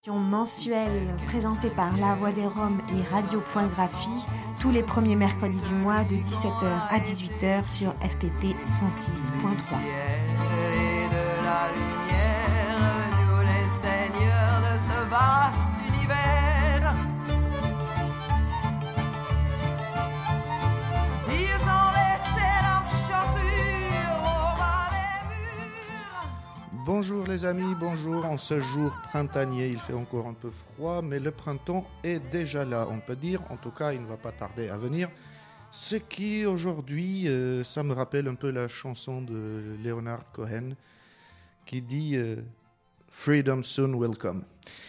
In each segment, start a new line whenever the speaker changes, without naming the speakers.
Mensuelle présentée par La Voix des Roms et Radio.graphie tous les premiers mercredis du mois de 17h à 18h sur FPP 106.3.
Bonjour les amis, bonjour. En ce jour printanier, il fait encore un peu froid, mais le printemps est déjà là, on peut dire. En tout cas, il ne va pas tarder à venir. Ce qui, aujourd'hui, ça me rappelle un peu la chanson de Leonard Cohen qui dit « Freedom soon will come ».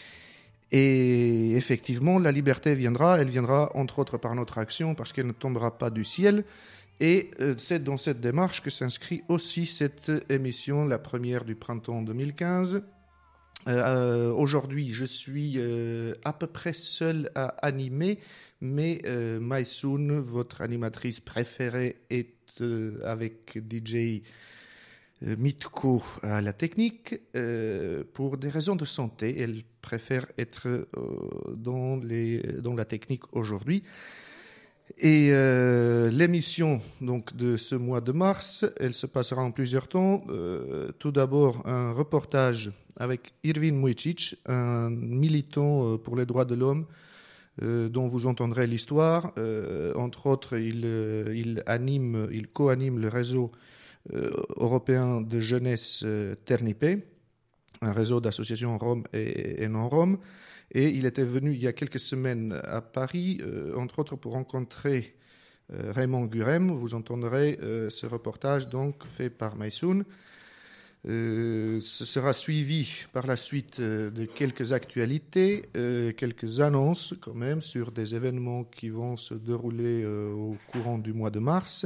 Et effectivement, la liberté viendra, elle viendra entre autres par notre action, parce qu'elle ne tombera pas du ciel. Et c'est dans cette démarche que s'inscrit aussi cette émission, la première du printemps 2015. Aujourd'hui, je suis à peu près seul à animer, mais Maysoun, votre animatrice préférée, est avec DJ Mitko à la technique. Pour des raisons de santé, elle préfère être dans la technique aujourd'hui. Et l'émission donc, de ce mois de mars, elle se passera en plusieurs temps. Tout d'abord, un reportage avec Irvin Mujicic, un militant pour les droits de l'homme, dont vous entendrez l'histoire. Entre autres, il co-anime le réseau européen de jeunesse Ternipé, un réseau d'associations roms et non-roms. Et il était venu il y a quelques semaines à Paris, entre autres pour rencontrer Raymond Gurem. Vous entendrez ce reportage donc fait par Maysoun. Ce sera suivi par la suite de quelques actualités, quelques annonces quand même sur des événements qui vont se dérouler au courant du mois de mars.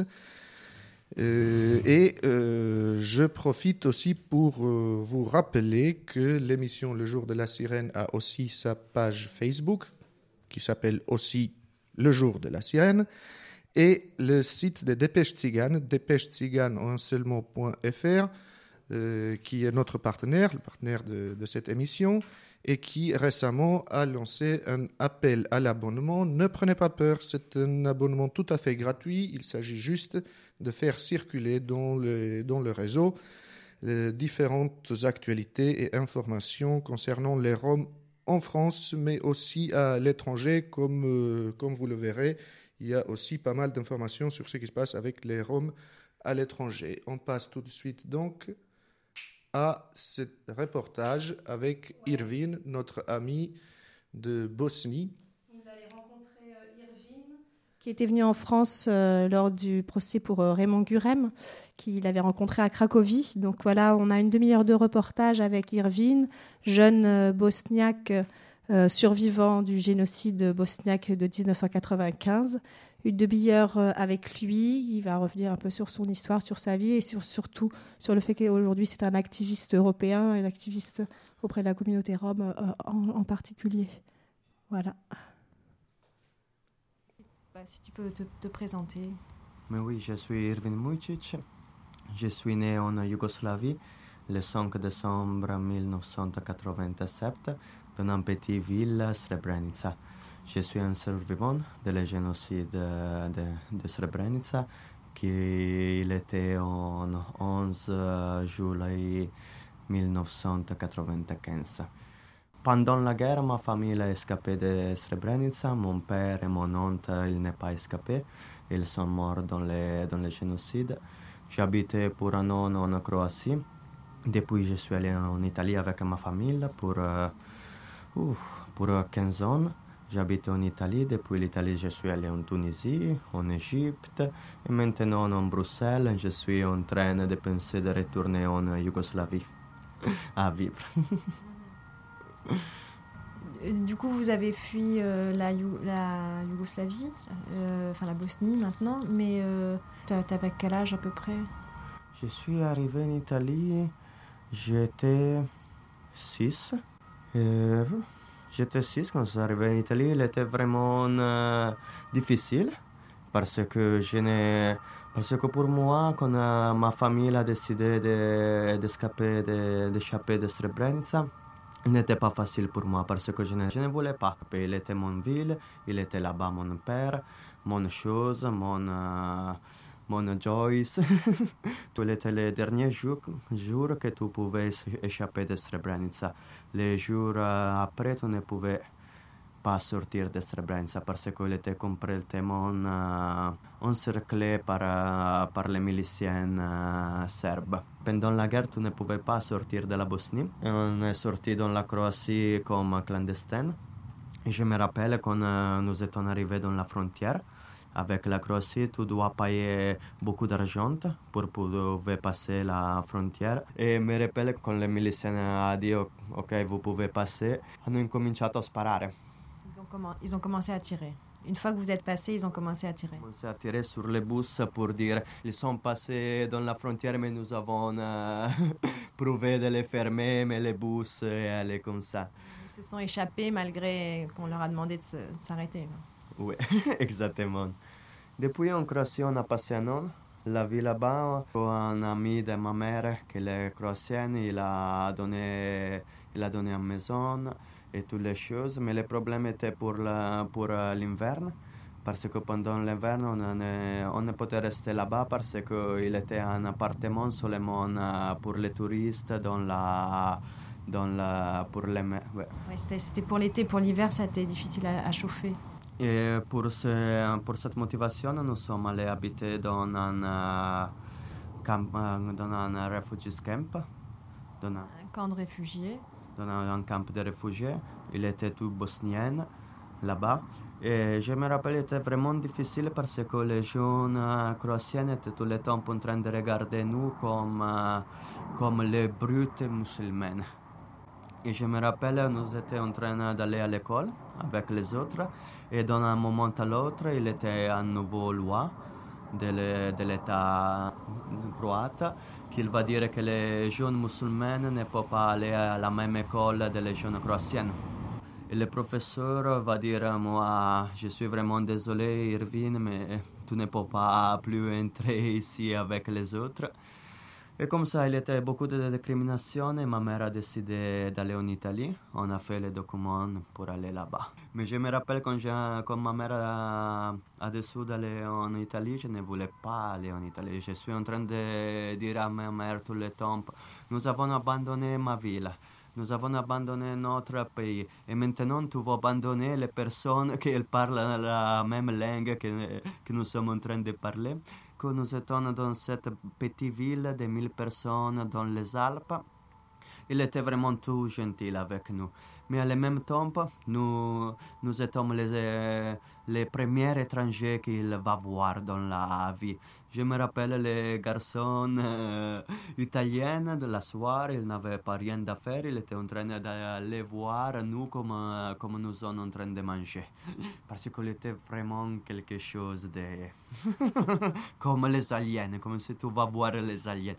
Je profite aussi pour vous rappeler que l'émission Le Jour de la Sirène a aussi sa page Facebook qui s'appelle aussi Le Jour de la Sirène et le site de Dépêche Tzigane, dépêchetzigane en un seul mot.fr, qui est notre partenaire, le partenaire de cette émission, et qui récemment a lancé un appel à l'abonnement. Ne prenez pas peur, c'est un abonnement tout à fait gratuit. Il s'agit juste de faire circuler dans le réseau différentes actualités et informations concernant les Roms en France, mais aussi à l'étranger. Comme vous le verrez, il y a aussi pas mal d'informations sur ce qui se passe avec les Roms à l'étranger. On passe tout de suite donc à ce reportage avec Irvin, notre ami de Bosnie.
Vous allez rencontrer Irvin, qui était venu en France lors du procès pour Raymond Gurem, qu'il avait rencontré à Cracovie. Donc voilà, on a une demi-heure de reportage avec Irvin, jeune bosniaque survivant du génocide bosniaque de 1995. Une demi-heure avec lui, il va revenir un peu sur son histoire, sur sa vie et surtout sur le fait qu'aujourd'hui c'est un activiste européen, un activiste auprès de la communauté rome en particulier. Voilà. Si tu peux te présenter.
Mais oui, je suis Irvin Mujicic. Je suis né en Yougoslavie le 5 décembre 1987 dans une petite ville, Srebrenica. Je suis un survivant de le génocide de Srebrenica qui était en 11 juillet 1995. Pendant la guerre, ma famille a escapé de Srebrenica. Mon père et mon oncle, ils n'ont pas escapé. Ils sont morts dans le génocide. J'habitais pour un an en Croatie. Depuis, je suis allé en Italie avec ma famille pour 15 ans. J'habite en Italie. Depuis l'Italie, je suis allé en Tunisie, en Égypte et maintenant en Bruxelles. Je suis en train de penser de retourner en Yougoslavie à vivre.
Du coup, vous avez fui la Yougoslavie, la Bosnie maintenant, mais t'avais quel âge à peu près?
Je suis arrivé en Italie, j'étais 6. J'étais 6 quand je suis arrivé en Italie. Il était vraiment difficile parce que pour moi, quand ma famille a décidé d'échapper de Srebrenica, Il n'était pas facile pour moi parce que je ne voulais pas. Il était mon ville, il était là-bas mon père, mon chose, mon Joyce. Tous étaient les derniers jours que tu pouvais échapper de Srebrenica. Les jours après, tu ne pouvais pas sortir de Srebrenica parce qu'il était complètement encerclé par les miliciens serbes. Pendant la guerre, tu ne pouvais pas sortir de la Bosnie. On est sorti dans la Croatie comme clandestin. Et je me rappelle quand nous étions arrivés dans la frontière avec la Croatie, tu dois payer beaucoup d'argent pour pouvoir passer la frontière. Et je me rappelle quand les miliciens ont dit ok, vous pouvez passer, hanno incominciato a sparare.
Ils ont commencé à tirer. Une fois que vous êtes passé, ils ont commencé à tirer.
Ils ont commencé à tirer sur les bus pour dire ils sont passés dans la frontière, mais nous avons prouvé de les fermer, mais les bus allaient comme ça.
Ils se sont échappés malgré qu'on leur a demandé de s'arrêter.
Oui, exactement. Depuis en Croatie, on a passé un an. La vie là-bas, un ami de ma mère qui est croatienne, il a donné une maison et toutes les choses, mais le problème était pour l'hiver, parce que pendant l'hiver, on ne pouvait rester là-bas parce qu'il était un appartement seulement pour les touristes pour les... Ouais.
Ouais, c'était pour l'été, pour l'hiver, ça a été difficile à chauffer.
Et pour cette motivation, nous sommes allés habiter dans un refugees camp.
Un camp de réfugiés.
Dans un camp de réfugiés. Il était tout bosnien là-bas. Et je me rappelle, c'était vraiment difficile parce que les jeunes croatiens étaient tout le temps en train de regarder nous comme les brutes musulmans. Et je me rappelle, nous étions en train d'aller à l'école avec les autres. Et d'un moment à l'autre, il était une nouvelle loi de l'État croate qui va dire que les jeunes musulmans ne peuvent pas aller à la même école que les jeunes croatiens. Et le professeur va dire, moi, je suis vraiment désolé, Irvine, mais tu ne peux pas plus entrer ici avec les autres. Et comme ça, il y avait beaucoup de discrimination et ma mère a décidé d'aller en Italie. On a fait les documents pour aller là-bas. Mais je me rappelle quand ma mère a décidé d'aller en Italie, je ne voulais pas aller en Italie. Je suis en train de dire à ma mère tout le temps, nous avons abandonné ma ville. Nous avons abandonné notre pays. Et maintenant, tu vas abandonner les personnes qui parlent la même langue que nous sommes en train de parler. Que nous étions dans cette petite ville de 1000 personnes dans les Alpes. Il était vraiment tout gentil avec nous. Mais en même temps, nous étions les premiers étrangers qu'il va voir dans la vie. Je me rappelle les garçons italiens de la soirée, ils n'avaient pas rien à faire, ils étaient en train d'aller voir nous comme nous sommes en train de manger. Parce qu'il était vraiment quelque chose de... comme les aliens, comme si tu vas voir les aliens.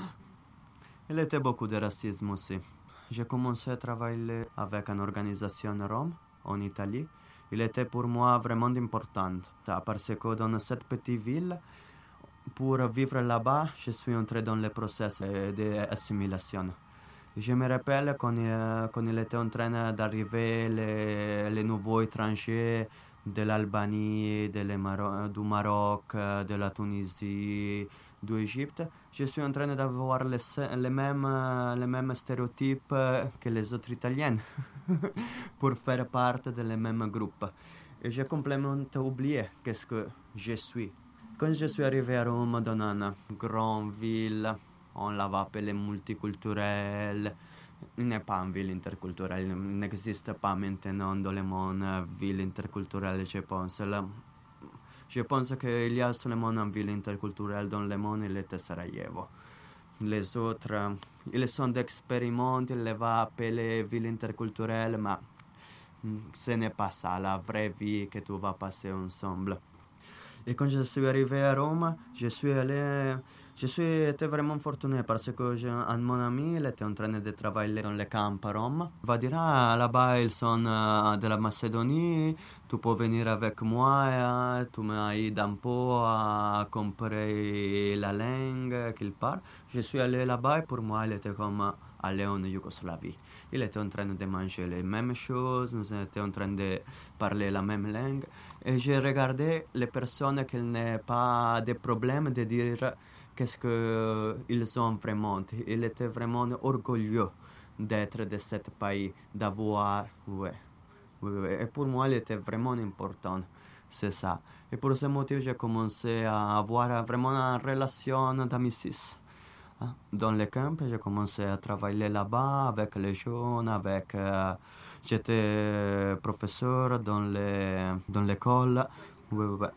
Il y était beaucoup de racisme aussi. J'ai commencé à travailler avec une organisation rome en Italie. Il était pour moi vraiment important parce que dans cette petite ville, pour vivre là-bas, je suis entré dans le processus d'assimilation. Je me rappelle quand il était en train d'arriver les nouveaux étrangers de l'Albanie, du Maroc, de la Tunisie, d'Égypte, je suis en train d'avoir les mêmes stéréotypes que les autres Italiens pour faire partie de les mêmes groupes. Et j'ai complètement oublié qu'est-ce que je suis. Quand je suis arrivé à Rome, dans une grande ville, on l'avait appelée multiculturelle. Il n'est pas une ville interculturelle, il n'existe pas maintenant dans le monde ville interculturelle, je pense. Je pense qu'il y a seulement une ville interculturelle dans le monde, il était Sarajevo. Les autres, ils sont d'expériments, ils les vont appeler ville interculturelle, mais ce n'est pas ça, la vraie vie que tu vas passer ensemble. Et quand je suis arrivé à Rome, je suis allé Je suis été vraiment fortuné parce que j'ai un de mon ami, il était en train de travailler dans les camps à Rome. Il va dire, ah, là-bas ils sont de la Macédonie, tu peux venir avec moi, tu m'aides un peu à comprendre la langue qu'il parle. Je suis allé là-bas et pour moi il était comme aller en Yougoslavie. Il était en train de manger les mêmes choses, nous étions en train de parler la même langue. Et j'ai regardé les personnes qui n'ont pas de problème de dire qu'est-ce qu'ils ont vraiment. Il était vraiment orgueilleux d'être de ce pays, d'avoir... Ouais. Et pour moi, il était vraiment important. C'est ça. Et pour ce motif, j'ai commencé à avoir vraiment une relation d'amitié. Dans les camps, j'ai commencé à travailler là-bas avec les jeunes, j'étais professeur dans l'école. Oui.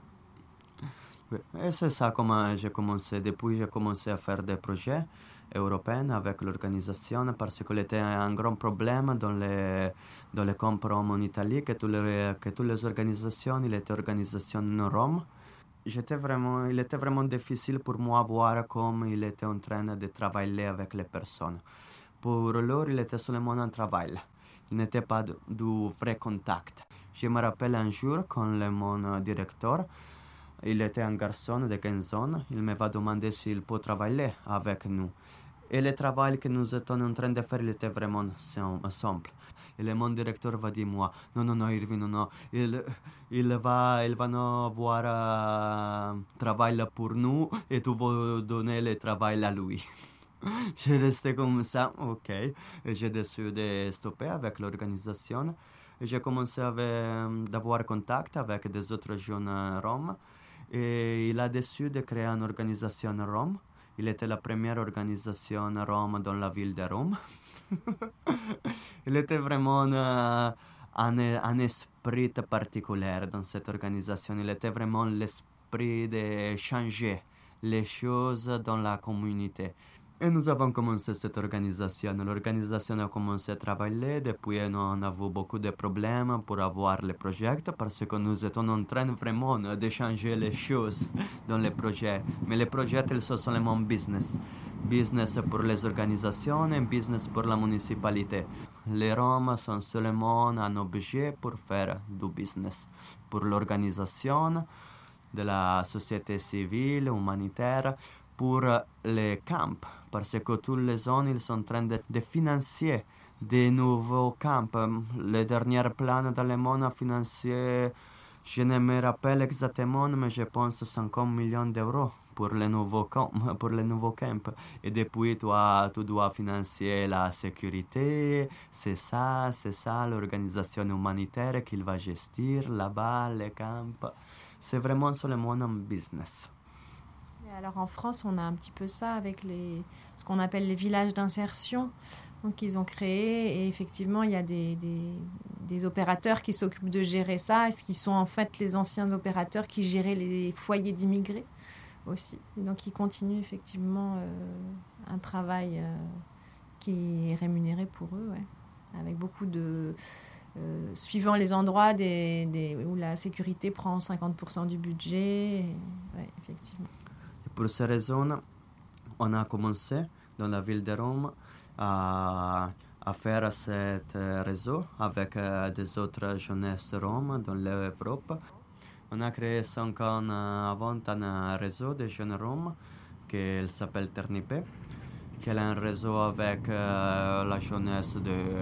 Et c'est ça comment j'ai commencé. Depuis, j'ai commencé à faire des projets européens avec l'organisation parce qu'il était un grand problème dans les camps roms en Italie, que toutes les organisations, il était organisation en Rome. Il était vraiment difficile pour moi voir comment il était en train de travailler avec les personnes. Pour leur, il était seulement un travail. Il n'était pas du vrai contact. Je me rappelle un jour quand mon directeur, il était un garçon de 15 ans, il me va demander s'il peut travailler avec nous. Et le travail que nous étions en train de faire, il était vraiment simple. Et mon directeur va dire moi, non, Irvine, non, il va avoir travail pour nous et tu vas donner le travail à lui. Je restais comme ça, ok. Et j'ai décidé de stopper avec l'organisation. Et j'ai commencé à avoir contact avec des autres jeunes roms. Et il a décidé de créer une organisation Rome. Il était la première organisation Rome dans la ville de Rome. Il était vraiment un esprit particulier dans cette organisation. Il était vraiment l'esprit de changer les choses dans la communauté. Et nous avons commencé cette organisation. L'organisation a commencé à travailler. Depuis, on a eu beaucoup de problèmes pour avoir les projets parce que nous étions en train vraiment de changer les choses dans les projets. Mais les projets, ils sont seulement business. Business pour les organisations et business pour la municipalité. Les Roms sont seulement un objet pour faire du business. Pour l'organisation de la société civile, humanitaire, pour les camps, parce que toutes les zones ils sont en train de financer de nouveaux camps. Le dernier plan dans le monde a financé, je ne me rappelle exactement, mais je pense 50 millions d'euros pour les nouveaux camps. Et depuis, tu dois financer la sécurité. C'est ça, l'organisation humanitaire qui va gestir là-bas, les camps. C'est vraiment seulement un business.
Alors en France, on a un petit peu ça avec ce qu'on appelle les villages d'insertion. Donc ils ont créé et effectivement, il y a des opérateurs qui s'occupent de gérer ça, ce qui sont en fait les anciens opérateurs qui géraient les foyers d'immigrés aussi. Et donc ils continuent effectivement un travail qui est rémunéré pour eux, ouais, avec beaucoup de... suivant les endroits où la sécurité prend 50% du budget. Ouais, effectivement.
Pour ces raisons, on a commencé dans la ville de Rome à faire ce réseau avec des autres jeunesses roms dans l'Europe. On a créé 5 ans avant un réseau de jeunes roms qui s'appelle Ternipé, qui est un réseau avec la jeunesse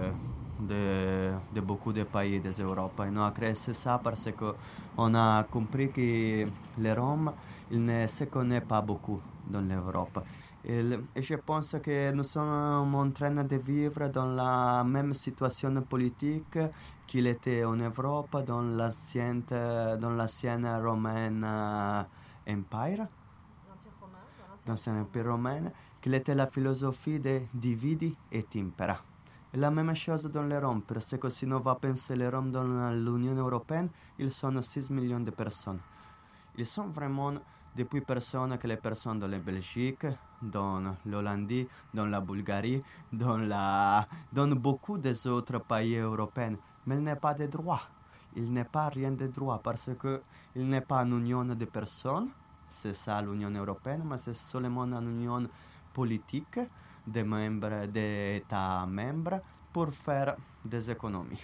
de beaucoup de pays d'Europe. Et on a créé ça parce qu'on a compris que les Roms ils ne se connaissent pas beaucoup dans l'Europe. Et je pense que nous sommes en train de vivre dans la même situation politique qu'il était en Europe dans l'ancienne Romaine Empire. Dans l'Empire romain, qu'il était la philosophie de dividi et impera. Et la même chose dans les Roms, parce que si on va penser les Roms dans l'Union européenne, ils sont 6 millions de personnes. Ils sont vraiment depuis personnes que les personnes dans la Belgique, dans l'Hollandie, dans la Bulgarie, dans beaucoup des autres pays européens. Mais il n'y a pas de droit. Il n'y a pas rien de droit parce qu'il n'y a pas une union de personnes. c'est ça l'Union européenne, mais c'est seulement une union politique des membres, des États membres pour faire des économies.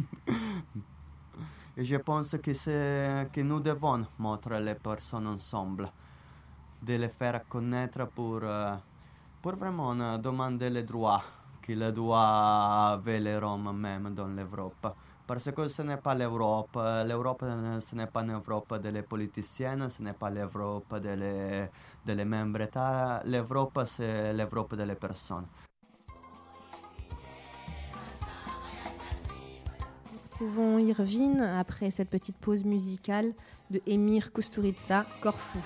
Et je pense que nous devons mettre les personnes ensemble, de les faire connaître pour vraiment demander les droits qu'ils doivent avoir les Roms même dans l'Europe. Parce que ce n'est pas l'Europe. L'Europe, ce n'est pas l'Europe des politiciens, ce n'est pas l'Europe des membres d'État. L'Europe, c'est l'Europe des personnes.
Nous retrouvons Irvine après cette petite pause musicale de Emir Kusturica, Corfou.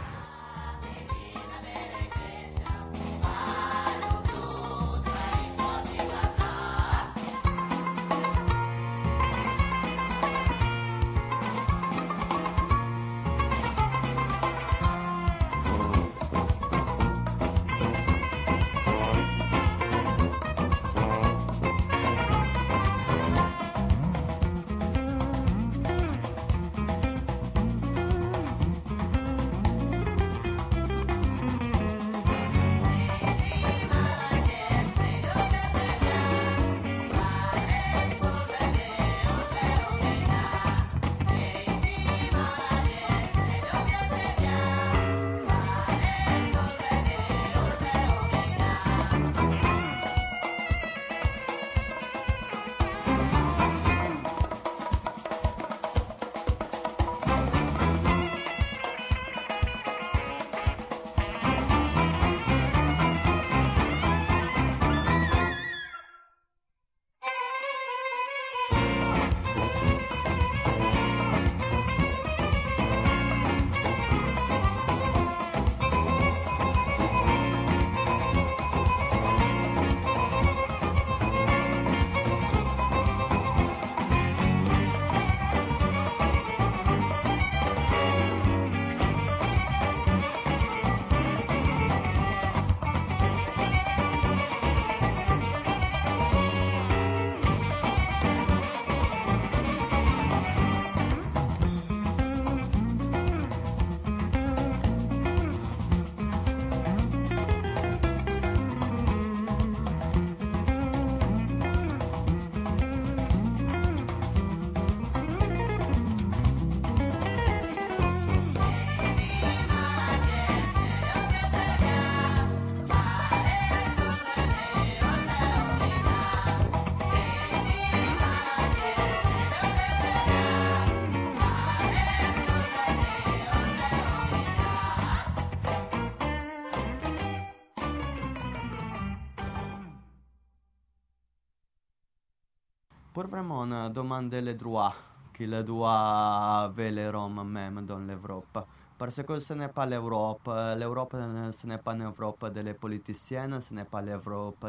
Pour vraiment demander les droits qu'ils doivent avoir les Roms même dans l'Europe. Parce que ce n'est pas l'Europe. L'Europe, ce n'est pas l'Europe des politiciens, ce n'est pas l'Europe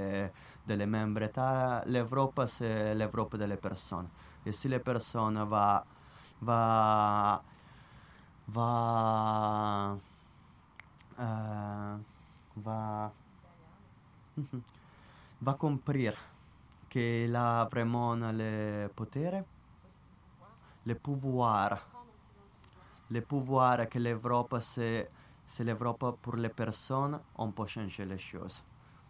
des membres d'État. L'Europe, c'est l'Europe des personnes. Et si les personnes va comprendre qu'il a vraiment le potere, le pouvoir que l'Europe, c'est l'Europe pour les personnes, on peut changer les choses.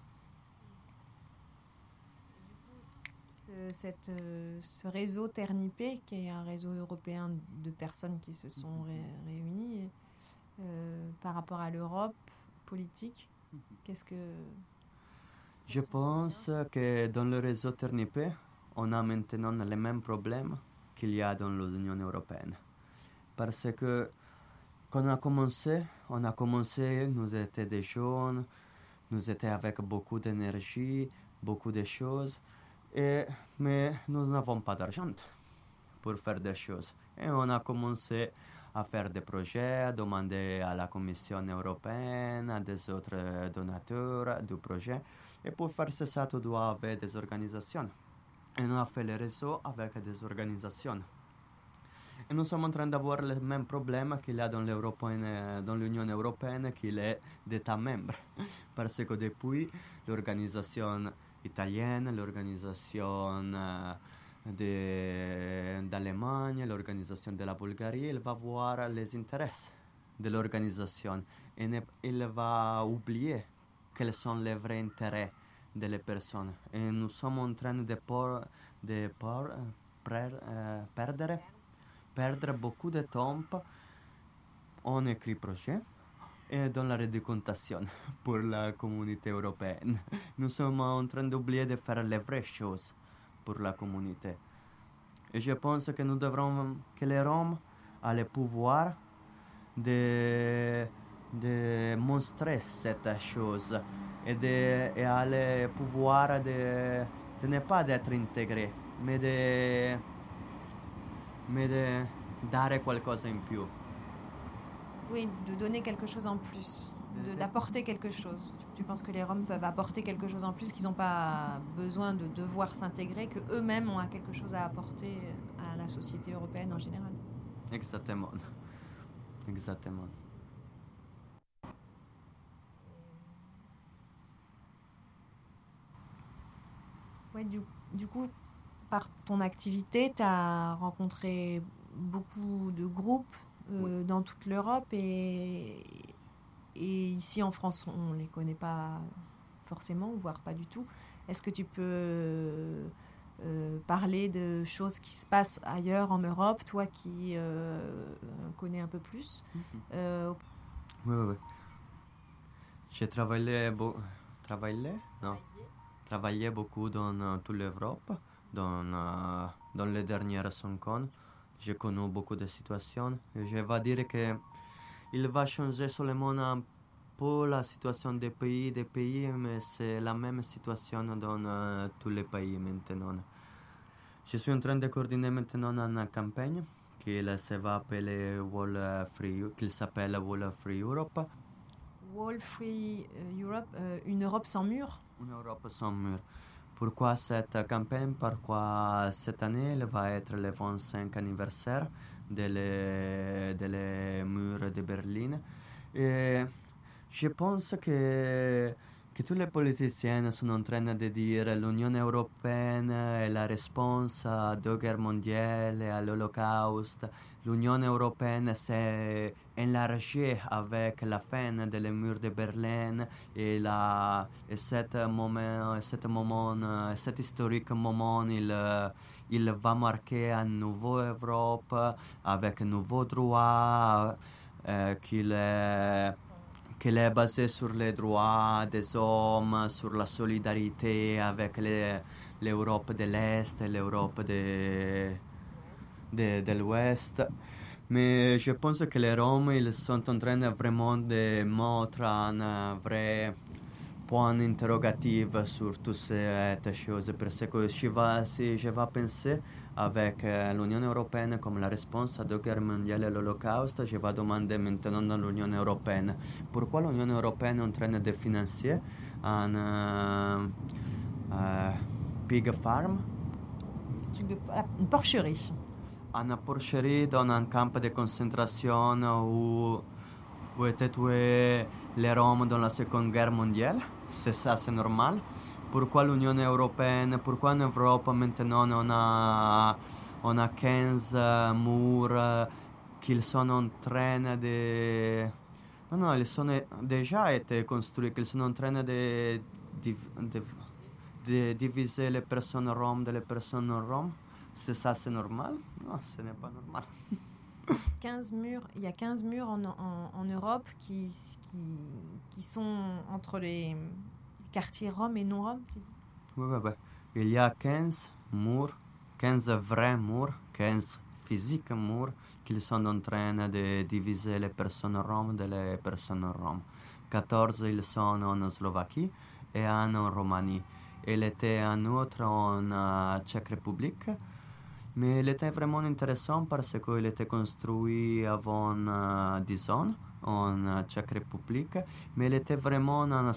Ce réseau Ternipé, qui est un réseau européen de personnes qui se sont réunies par rapport à l'Europe politique, qu'est-ce que...
Je pense que dans le réseau Ternipé, on a maintenant les mêmes problèmes qu'il y a dans l'Union européenne. Parce que quand on a commencé, nous étions des jeunes, nous étions avec beaucoup d'énergie, beaucoup de choses, mais nous n'avons pas d'argent pour faire des choses. Et on a commencé à faire des projets, à demander à la Commission européenne, à des autres donateurs du projet. Et pour faire ça, tu dois avoir des organisations. Et on a fait le réseau avec des organisations. Et nous sommes en train d'avoir le même problème qu'il y a dans l'Union européenne, qu'il est d'États membres. Parce que depuis l'organisation italienne, l'organisation d'Allemagne, l'organisation de la Bulgarie, elle va voir les intérêts de l'organisation. Et il va oublier quels sont les vrais intérêts des personnes. Et nous sommes en train de perdre beaucoup de temps en écrit projet et dans la redécontation pour la communauté européenne. Nous sommes en train d'oublier de faire les vraies choses pour la communauté. Et je pense que nous devrons, que les Roms aient le pouvoir de montrer cette chose et a le pouvoir de ne pas être intégré, mais de dare qualcosa in più.
Oui, de donner quelque chose en plus, d'apporter quelque chose. Tu penses que les Roms peuvent apporter quelque chose en plus, qu'ils n'ont pas besoin de devoir s'intégrer, qu'eux-mêmes ont quelque chose à apporter à la société européenne en général?
Exactement. Exactement.
Ouais, du coup, par ton activité, tu as rencontré beaucoup de groupes dans toute l'Europe et ici en France, on ne les connaît pas forcément, voire pas du tout. Est-ce que tu peux parler de choses qui se passent ailleurs en Europe, toi qui connais un peu plus?
Oui. J'ai travaillé beaucoup dans toute l'Europe, dans les dernières 5 ans. Je connais beaucoup de situations. Et je vais dire qu'il va changer seulement un peu la situation des pays, mais c'est la même situation dans tous les pays maintenant. Je suis en train de coordonner maintenant une campagne qui s'appelle Wall Free Europe.
Wall Free Europe, une Europe sans mur?
Une Europe sans mur. Pourquoi cette campagne? Pourquoi cette année, elle va être le 25 anniversaire des murs de Berlin. Et je pense que tous les politiciens sont en train de dire que l'Union européenne est la responsable à 2 guerres mondiales et à l'Holocauste. L'Union européenne s'est élargie avec la fin des murs de Berlin et cet historique moment, il va marquer une nouvelle Europe avec un nouveau droit qu'il est basé sur les droits des hommes, sur la solidarité avec l'Europe de l'Est et l'Europe de l'Ouest. Mais je pense que les Roms, ils sont en train vraiment de montrer un vrai point interrogatif sur toutes ces choses. Parce que si je vais penser avec l'Union européenne comme la responsable de la guerre mondiale et l'Holocauste, je vais demander maintenant dans l'Union européenne pourquoi l'Union européenne est en train de financer un pig farm,
une porcherie.
Une porcherie dans un camp de concentration où étaient tués les Roms dans la Seconde Guerre mondiale. C'est ça, c'est normal. Pourquoi l'Union européenne, pourquoi en Europe maintenant on a 15 murs qu'ils sont en train de... Non, ils sont déjà été construits, qu'ils sont en train de diviser les personnes roms de les personnes non roms. C'est ça, c'est normal? Non, ce n'est pas normal.
15 murs, il y a 15 murs en Europe qui sont entre les quartiers roms et non roms, tu dis?
Oui. Il y a 15 murs, 15 vrais murs, 15 physiques murs qui sont en train de diviser les personnes roms de les personnes roms. 14 ils sont en Slovaquie et un en Roumanie. Il était un autre en Tchèque République. Mais il était vraiment intéressant parce qu'il était construit avant 10 ans en Tchèque République, mais il était vraiment une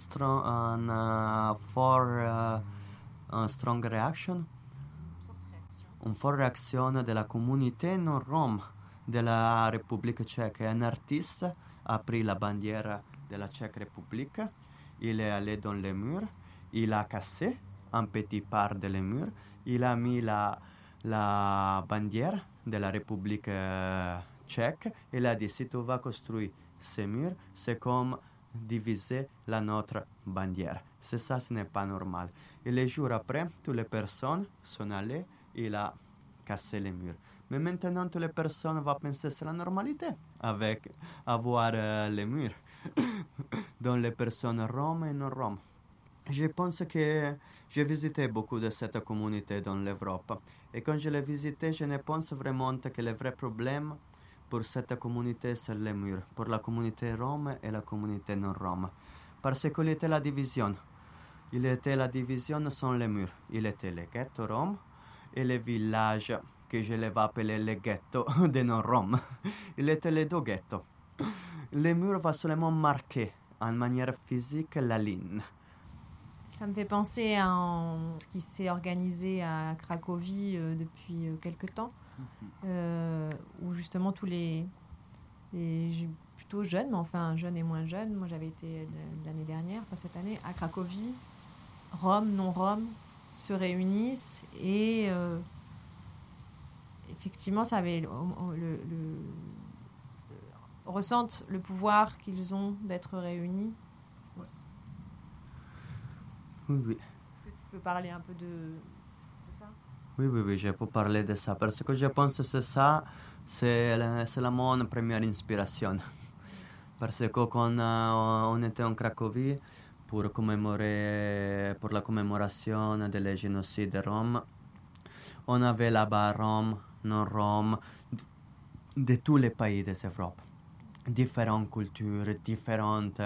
strong reaction, une forte réaction de la communauté non rom de la République tchèque. Un artiste a pris la bandière de la Tchèque République, il est allé dans les murs, il a cassé un petit part de les murs, il a mis la bandière de la République tchèque, il a dit si tu vas construire ces murs, c'est comme diviser la notre bannière. C'est ça, ce n'est pas normal. Et les jours après, toutes les personnes sont allées et il a cassé les murs. Mais maintenant, toutes les personnes vont penser que c'est la normalité avec avoir les murs dans les personnes roms et non roms. Je pense que j'ai visité beaucoup de cette communauté dans l'Europe. Et quand je l'ai visité, je ne pense vraiment que le vrai problème pour cette communauté, c'est les murs. Pour la communauté rome et la communauté non rome. Parce qu'il était la division. Il était la division sans les murs. Il était le ghetto rome et le village que je vais appeler le ghetto des non-roms. Il était les deux ghettos. Les murs vont seulement marquer en manière physique la ligne.
Ça me fait penser à ce qui s'est organisé à Cracovie depuis quelque temps, où justement tous les plutôt jeunes, mais enfin jeunes et moins jeunes, moi j'avais été l'année dernière, pas cette année, à Cracovie, Roms, non-Roms, se réunissent et effectivement ça avait ressentent le pouvoir qu'ils ont d'être réunis.
Oui.
Est-ce que tu peux parler un peu de ça?
Oui, je peux parler de ça. Parce que je pense que c'est mon première inspiration. Parce que quand on était en Cracovie pour la commémoration du génocide rome, on avait là-bas Roms, non-Roms, de tous les pays de l'Europe. Différentes cultures, différentes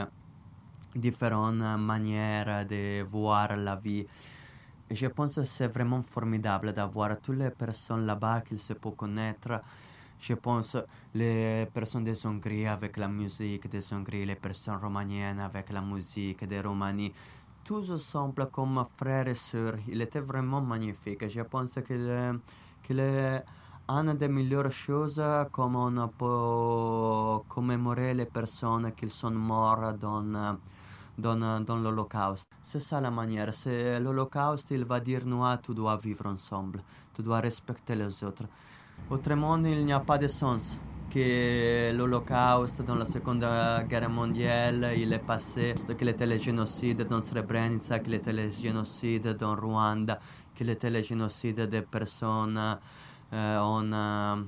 manières de voir la vie. Et je pense que c'est vraiment formidable d'avoir toutes les personnes là-bas qu'ils se peuvent connaître. Je pense les personnes des Hongrie avec la musique des Hongrie, les personnes romaniennes avec la musique des Romanies. Tous ensemble comme frères et sœurs. Il était vraiment magnifique. Je pense qu'il est une des meilleures choses comme on peut commémorer les personnes qui sont mortes dans l'Holocauste. C'est ça la manière. C'est l'Holocauste, il va dire nous, tu dois vivre ensemble, tu dois respecter les autres. Autrement, il n'y a pas de sens que l'Holocauste dans la Seconde Guerre mondiale, il est passé, qu'il était le génocide dans Srebrenica, qu'il était le génocide dans Rwanda, qu'il était le génocide des personnes en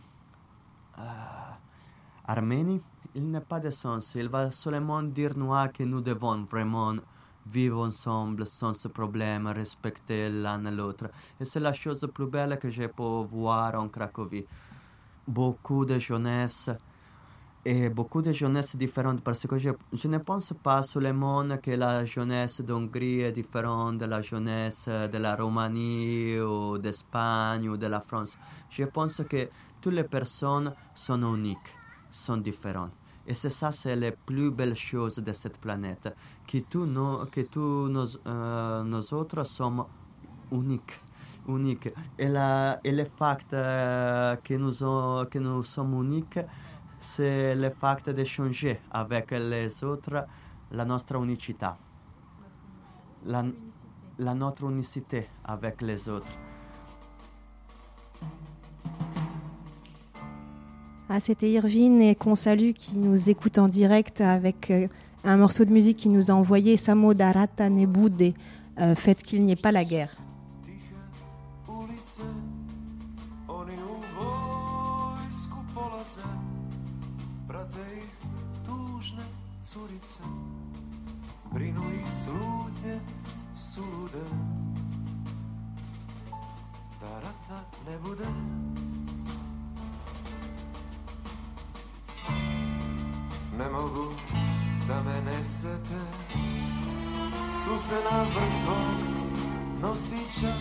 Arménie. Il n'y a pas de sens. Il va seulement dire nous que nous devons vraiment vivre ensemble sans ce problème, respecter l'un l'autre. Et c'est la chose plus belle que je peux voir en Cracovie. Beaucoup de jeunesse et beaucoup de jeunesse différente parce que je ne pense pas seulement que la jeunesse d'Hongrie est différente de la jeunesse de la Roumanie ou d'Espagne ou de la France. Je pense que toutes les personnes sont uniques, sont différentes. Et c'est ça, c'est la plus belle chose de cette planète, que tous nous autres sommes uniques. Et le fait que nous sommes uniques, c'est le fait de changer avec les autres la notre unicité. La notre unicité avec les autres.
Ah, c'était Irvine et qu'on salue qui nous écoute en direct avec un morceau de musique qu'il nous a envoyé, Samo da rata ne bude, faites qu'il n'y ait pas la guerre.
Ne mogu da me nesete, su se na vrh tvog nosića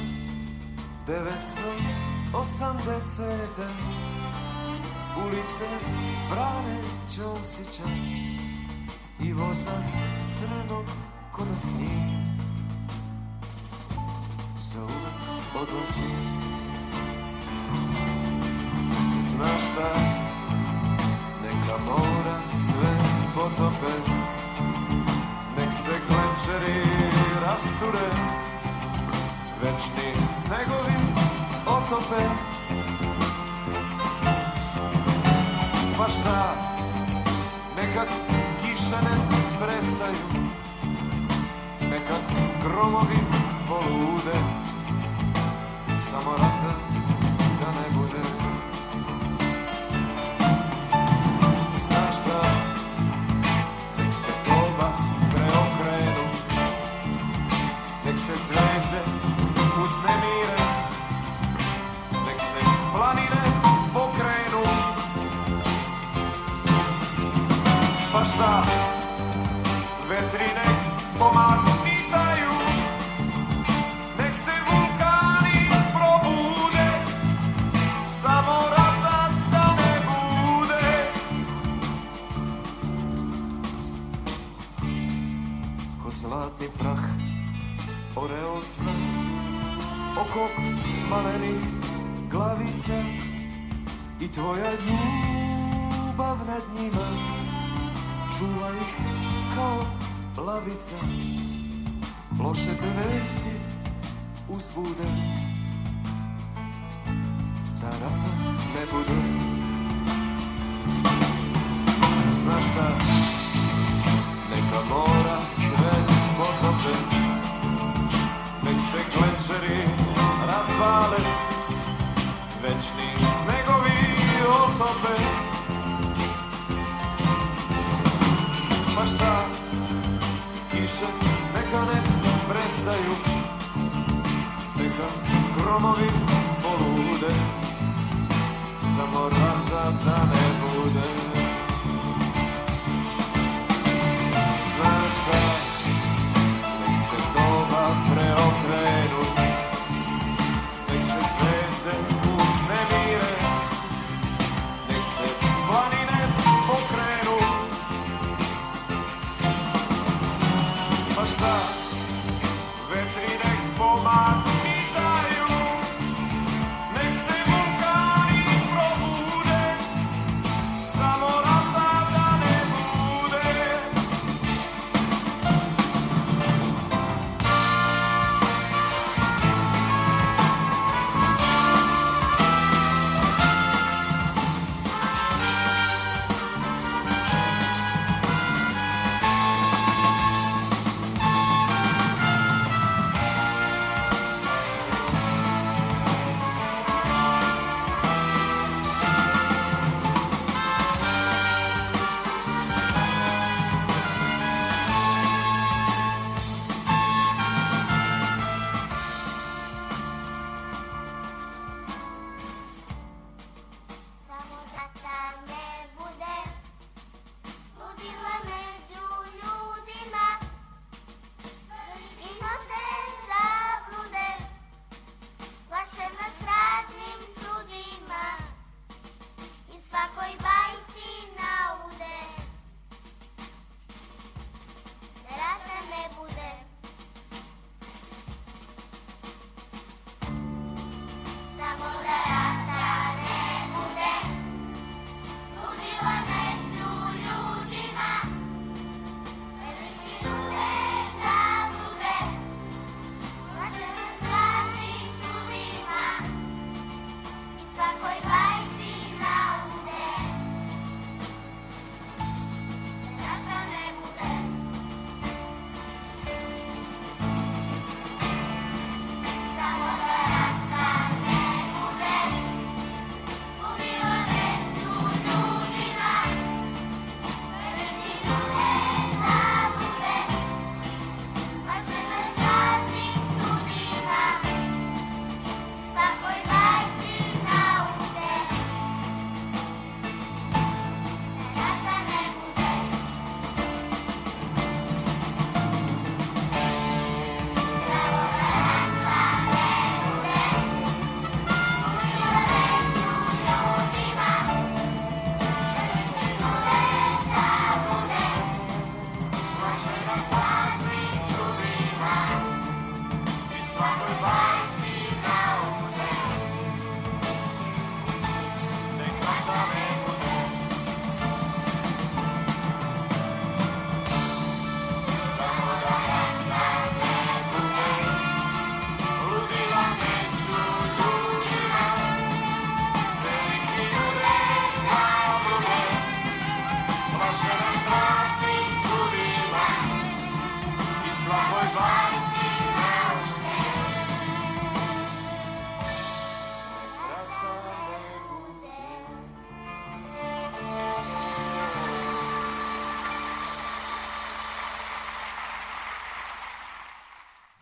980. Ulice Brane Ćosića i voza crvenog ko da snijeg za uvek odlazi. Znaš da neka mora sve potope, nek se klenčeri rasture, večni snegovi otope. Pa šta, nek Nekad kiše ne prestaju, nekad gromovi polude, samo rata da ne bude. Znaš da nek se doba preokrenu, nek se zvezde uznemire, nek se planine pokrenu. Pa šta, vetri nek pomak pitaju, nek se vulkani probude, samo rata da ne bude. Ko zlatni prah, oreol sna, oko malenih glavica i tvoja ljubav nad njima, čuva ih kao lavica. Loše te vesti uzbude, da rata ne bude. Znaš da neka mora sve potope, nek se glenčeri razvale, večni snegovi otope. Pa šta, kiše neka ne prestaju, neka gromovi polude, samo rata da ne bude. Znaš šta, nek se doba preokrenu, nek se zvezde uznemire, nek se planine pokrenu. Pa šta, vetri nek pomak pitaju,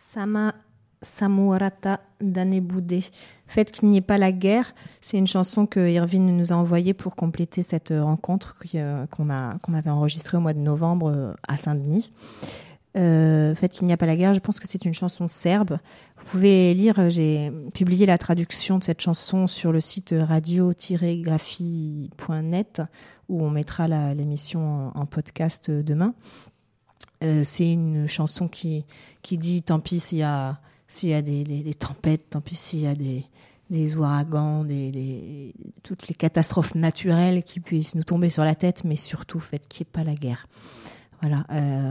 Sama Samurata Daneboudé. Faites qu'il n'y ait pas la guerre. C'est une chanson que Irvine nous a envoyée pour compléter cette rencontre qu'on avait enregistrée au mois de novembre à Saint-Denis. Faites qu'il n'y a pas la guerre, je pense que c'est une chanson serbe. Vous pouvez lire, j'ai publié la traduction de cette chanson sur le site radio-graphie.net où on mettra l'émission en podcast demain. C'est une chanson qui dit tant pis s'il y a des tempêtes, tant pis s'il y a des ouragans, toutes les catastrophes naturelles qui puissent nous tomber sur la tête, mais surtout faites qu'il n'y ait pas la guerre. Voilà.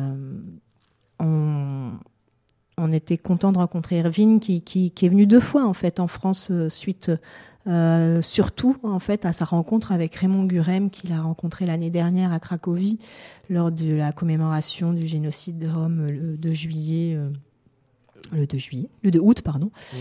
On était content de rencontrer Irvine qui est venu 2 fois en fait en France suite surtout en fait à sa rencontre avec Raymond Gurem qu'il a rencontré l'année dernière à Cracovie lors de la commémoration du génocide de Rome le 2 août. Oui.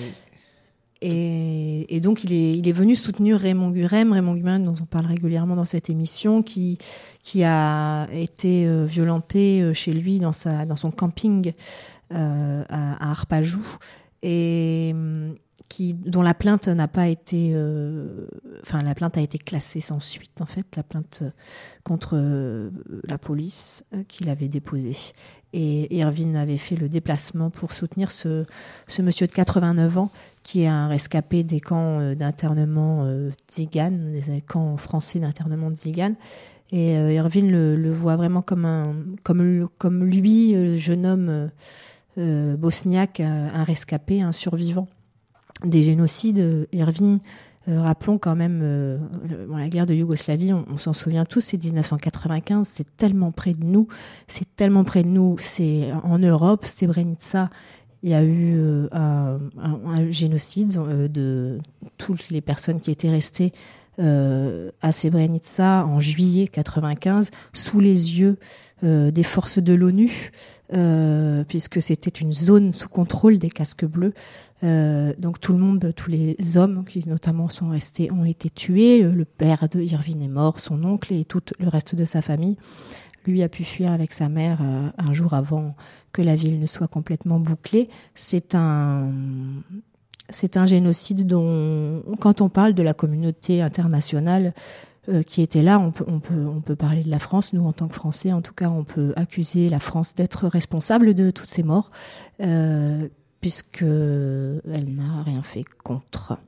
Et donc il est venu soutenir Raymond Gurem dont on parle régulièrement dans cette émission, qui a été violenté chez lui dans son camping à Arpajou et dont la plainte n'a pas été la plainte a été classée sans suite en fait, la plainte contre la police qu'il avait déposée. Et Irvine avait fait le déplacement pour soutenir ce monsieur de 89 ans qui est un rescapé des camps d'internement Tzigane, des camps français d'internement Tzigane. Et Irvine le voit vraiment comme lui, le jeune homme bosniaque, un rescapé, un survivant des génocides. Irvine, rappelons quand même la guerre de Yougoslavie, on s'en souvient tous, c'est 1995, c'est tellement près de nous, c'est en Europe, Srebrenica. Il y a eu un génocide de toutes les personnes qui étaient restées à Srebrenica en juillet 1995, sous les yeux des forces de l'ONU, puisque c'était une zone sous contrôle des casques bleus. Donc tout le monde, tous les hommes qui notamment sont restés, ont été tués. Le père de Irvine est mort, son oncle et tout le reste de sa famille. Lui a pu fuir avec sa mère un jour avant que la ville ne soit complètement bouclée. C'est un génocide dont, quand on parle de la communauté internationale qui était là, on peut parler de la France. Nous, en tant que Français, en tout cas, on peut accuser la France d'être responsable de toutes ces morts, puisque elle n'a rien fait contre.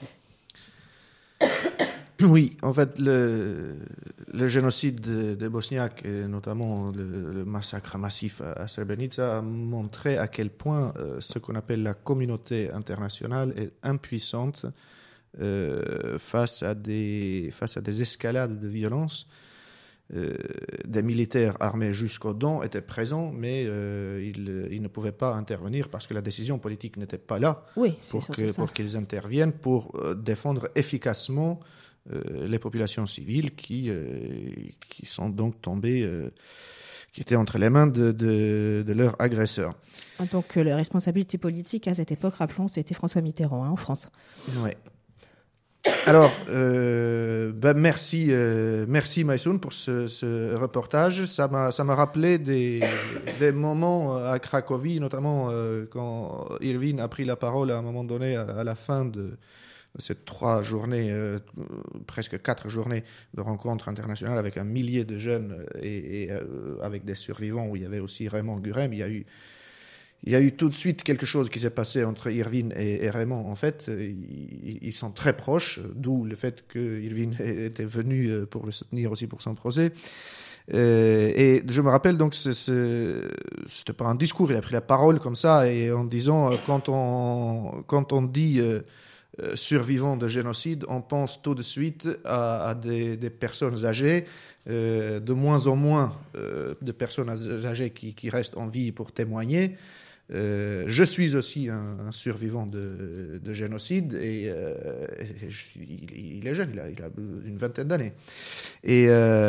Oui, en fait, le génocide des Bosniaques, et notamment le massacre massif à Srebrenica, a montré à quel point ce qu'on appelle la communauté internationale est impuissante face à des escalades de violence. Des militaires armés jusqu'aux dents étaient présents, mais ils ne pouvaient pas intervenir parce que la décision politique n'était pas là pour qu'ils interviennent, pour défendre efficacement les populations civiles qui sont donc tombées, qui étaient entre les mains de leurs agresseurs.
Donc la responsabilité politique à cette époque, rappelons, c'était François Mitterrand en France.
Oui. Alors, merci Maysoun pour ce reportage. Ça m'a rappelé des moments à Cracovie, notamment quand Irvine a pris la parole à un moment donné à la fin de ces 3 journées, presque 4 journées de rencontres internationales avec un millier de jeunes et avec des survivants où il y avait aussi Raymond Gurem. Il y a eu tout de suite quelque chose qui s'est passé entre Irvine et Raymond. En fait, ils sont très proches, d'où le fait que Irvine était venu pour le soutenir aussi pour son procès. Et je me rappelle donc, c'était pas un discours, il a pris la parole comme ça, et en disant, quand on dit survivants de génocide, on pense tout de suite à des personnes âgées, de moins en moins de personnes âgées qui restent en vie pour témoigner. Je suis aussi un survivant de génocide et il est jeune, il a une vingtaine d'années. Et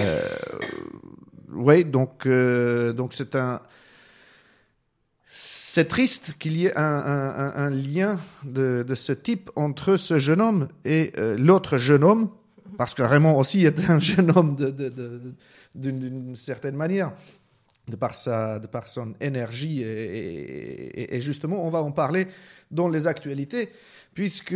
ouais, donc c'est triste qu'il y ait un lien de ce type entre ce jeune homme et l'autre jeune homme, parce que Raymond aussi est un jeune homme d'une certaine manière. de par son énergie. Et justement, on va en parler dans les actualités, puisque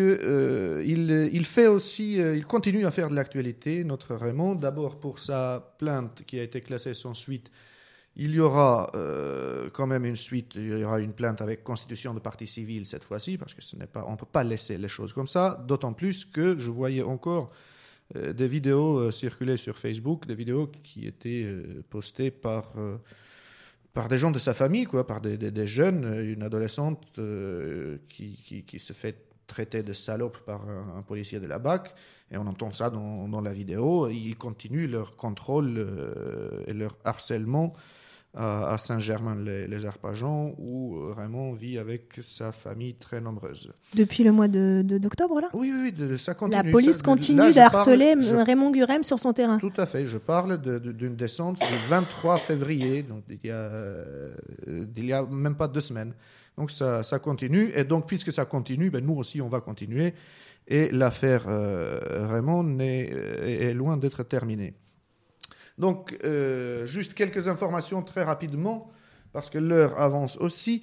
il continue à faire de l'actualité, notre Raymond. D'abord pour sa plainte qui a été classée sans suite. Il y aura quand même une suite, il y aura une plainte avec constitution de partie civile cette fois-ci, parce que on ne peut pas laisser les choses comme ça, d'autant plus que je voyais encore des vidéos circuler sur Facebook, des vidéos qui étaient postées par des gens de sa famille, quoi, par des jeunes, une adolescente qui se fait traiter de salope par un policier de la BAC, et on entend ça dans la vidéo. Ils continuent leur contrôle et leur harcèlement à Saint-Germain-les Arpajons, où Raymond vit avec sa famille très nombreuse.
Depuis le mois d'octobre, là ?
Oui, ça continue.
La police continue de harceler Raymond Gurem sur son terrain.
Tout à fait. Je parle d'une descente du 23 février, donc il y a même pas 2 semaines. Donc ça continue. Et donc, puisque ça continue, nous aussi, on va continuer. Et l'affaire Raymond est loin d'être terminée. Donc, juste quelques informations très rapidement, parce que l'heure avance aussi.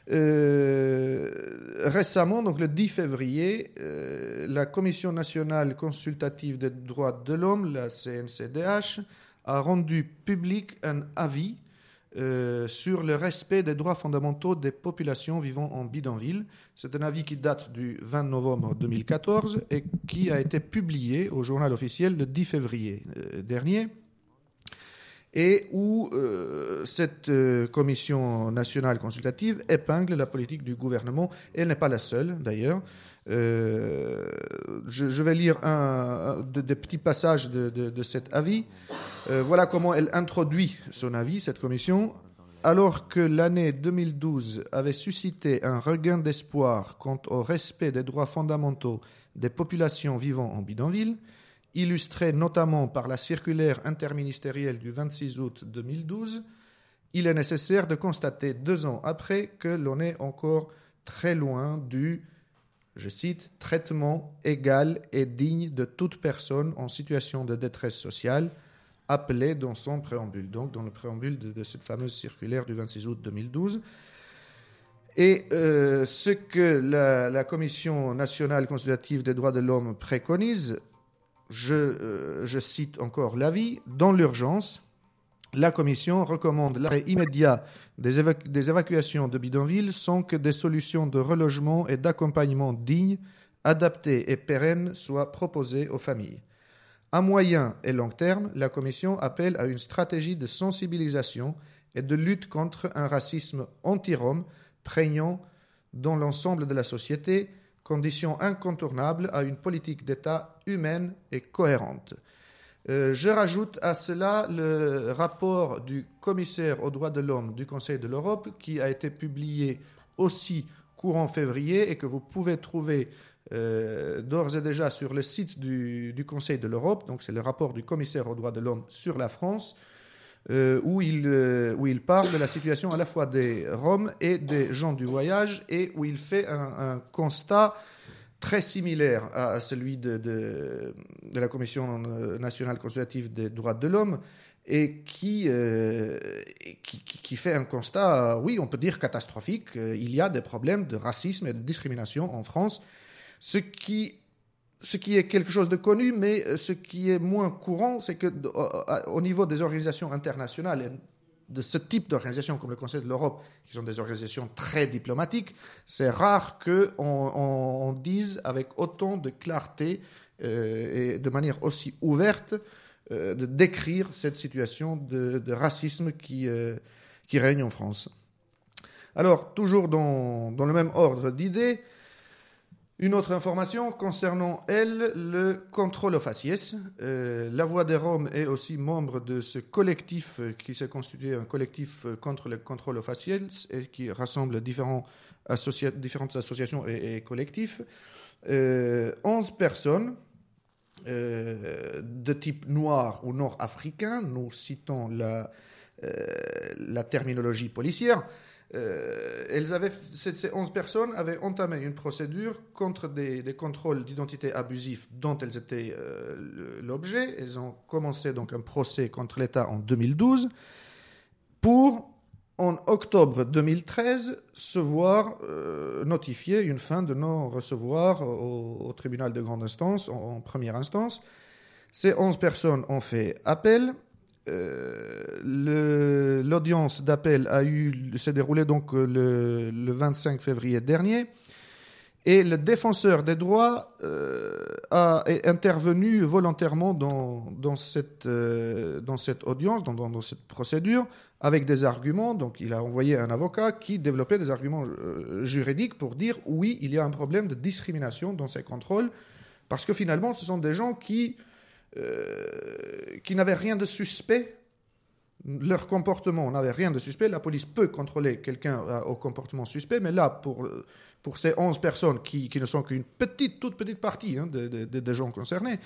Récemment, donc le 10 février, la Commission nationale consultative des droits de l'homme, la CNCDH, a rendu public un avis sur le respect des droits fondamentaux des populations vivant en bidonville. C'est un avis qui date du 20 novembre 2014 et qui a été publié au journal officiel le 10 février dernier. Et où cette commission nationale consultative épingle la politique du gouvernement. Elle n'est pas la seule, d'ailleurs. Je vais lire des petits passages de cet avis. Voilà comment elle introduit son avis, cette commission. Alors que l'année 2012 avait suscité un regain d'espoir quant au respect des droits fondamentaux des populations vivant en bidonville, illustré notamment par la circulaire interministérielle du 26 août 2012, il est nécessaire de constater 2 ans après que l'on est encore très loin du, je cite, « traitement égal et digne de toute personne en situation de détresse sociale », appelé dans son préambule, donc dans le préambule de cette fameuse circulaire du 26 août 2012. Et ce que la Commission nationale consultative des droits de l'homme préconise, je cite encore l'avis, dans l'urgence, la Commission recommande l'arrêt immédiat des évacuations de bidonvilles sans que des solutions de relogement et d'accompagnement dignes, adaptées et pérennes soient proposées aux familles. À moyen et long terme, la Commission appelle à une stratégie de sensibilisation et de lutte contre un racisme anti-rom prégnant dans l'ensemble de la société, condition incontournable à une politique d'État humaine et cohérente. Je rajoute à cela le rapport du commissaire aux droits de l'homme du Conseil de l'Europe qui a été publié aussi courant février et que vous pouvez trouver d'ores et déjà sur le site du Conseil de l'Europe. Donc c'est le rapport du commissaire aux droits de l'homme sur la France où il parle de la situation à la fois des Roms et des gens du voyage et où il fait un constat très similaire à celui de la Commission nationale consultative des droits de l'homme et qui fait un constat, oui, on peut dire catastrophique. Il y a des problèmes de racisme et de discrimination en France, ce qui est quelque chose de connu, mais ce qui est moins courant, c'est qu'au niveau des organisations internationales, et de ce type d'organisations comme le Conseil de l'Europe, qui sont des organisations très diplomatiques, c'est rare qu'on dise avec autant de clarté et de manière aussi ouverte de décrire cette situation de racisme qui règne en France. Alors, toujours dans le même ordre d'idées, une autre information concernant, elle, le contrôle aux faciès. La Voix des Roms est aussi membre de ce collectif qui s'est constitué un collectif contre le contrôle aux faciès et qui rassemble différentes associations et collectifs. 11 personnes de type noir ou nord-africain, nous citons la terminologie policière. Ces 11 personnes avaient entamé une procédure contre des contrôles d'identité abusifs dont elles étaient l'objet. Elles ont commencé donc un procès contre l'État en 2012. pour, en octobre 2013, se voir notifier une fin de non-recevoir au tribunal de grande instance, en première instance. Ces 11 personnes ont fait appel. L'audience d'appel s'est déroulée donc le 25 février dernier. Et le défenseur des droits est intervenu volontairement dans cette audience, dans cette procédure, avec des arguments. Donc, il a envoyé un avocat qui développait des arguments juridiques pour dire oui, il y a un problème de discrimination dans ces contrôles, parce que finalement, ce sont des gens qui n'avaient rien de suspect. Leur comportement n'avait rien de suspect. La police peut contrôler quelqu'un au comportement suspect, mais là, pour ces 11 personnes qui ne sont qu'une toute petite partie des gens concernés,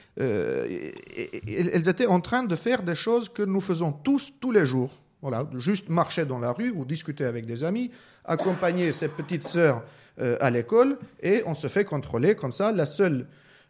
elles étaient en train de faire des choses que nous faisons tous les jours. Voilà, juste marcher dans la rue ou discuter avec des amis, accompagner ses petites sœurs à l'école, et on se fait contrôler comme ça. La seule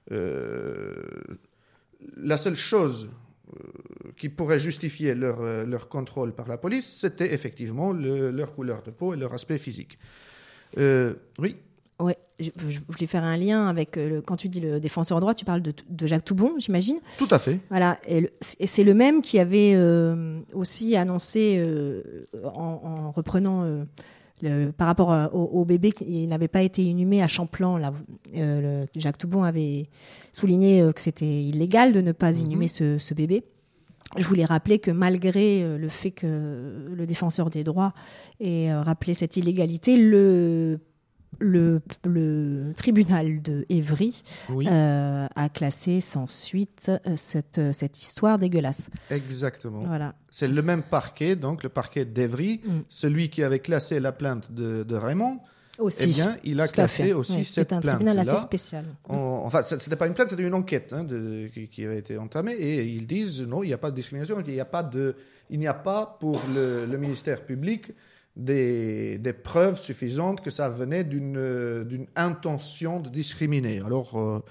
chose qui pourrait justifier leur contrôle par la police, c'était effectivement leur couleur de peau et leur aspect physique. Oui.
Ouais, je voulais faire un lien avec quand tu dis le défenseur droit, tu parles de Jacques Toubon, j'imagine.
Tout à fait.
Voilà, et c'est le même qui avait aussi annoncé en reprenant par rapport au bébé qui n'avait pas été inhumé à Champlan. Jacques Toubon avait souligné que c'était illégal de ne pas inhumer ce bébé. Je voulais rappeler que malgré le fait que le défenseur des droits ait rappelé cette illégalité, le tribunal de Évry a classé sans suite cette histoire dégueulasse.
Exactement.
Voilà.
C'est le même parquet, donc le parquet d'Évry, celui qui avait classé la plainte de Raymond.
Aussi.
Eh bien, il a classé aussi cette plainte-là.
C'est un tribunal assez spécial.
Enfin, ce n'était pas une plainte, c'était une enquête qui avait été entamée. Et ils disent non, il n'y a pas de discrimination, il n'y a pas pour le ministère public des preuves suffisantes que ça venait d'une intention de discriminer. Alors,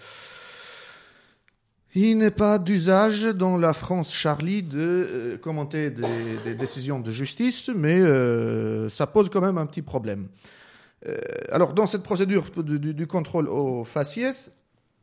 il n'est pas d'usage dans la France Charlie de commenter des décisions de justice, mais ça pose quand même un petit problème. Alors, dans cette procédure du contrôle au faciès,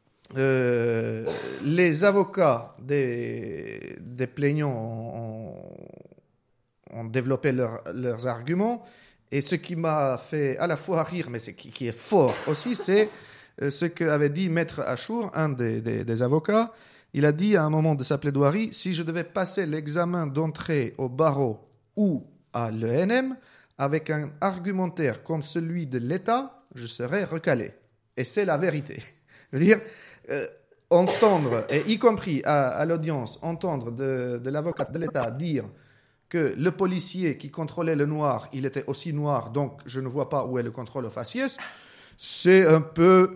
les avocats des plaignants ont développé leurs arguments, et ce qui m'a fait à la fois rire, mais qui est fort aussi, c'est ce qu'avait dit Maître Achour, un des avocats. Il a dit à un moment de sa plaidoirie, si je devais passer l'examen d'entrée au barreau ou à l'ENM, avec un argumentaire comme celui de l'État, je serais recalé. Et c'est la vérité. Je veux dire, entendre, et y compris à l'audience, entendre de l'avocat de l'État dire que le policier qui contrôlait le noir, il était aussi noir, donc je ne vois pas où est le contrôle au faciès, c'est un peu...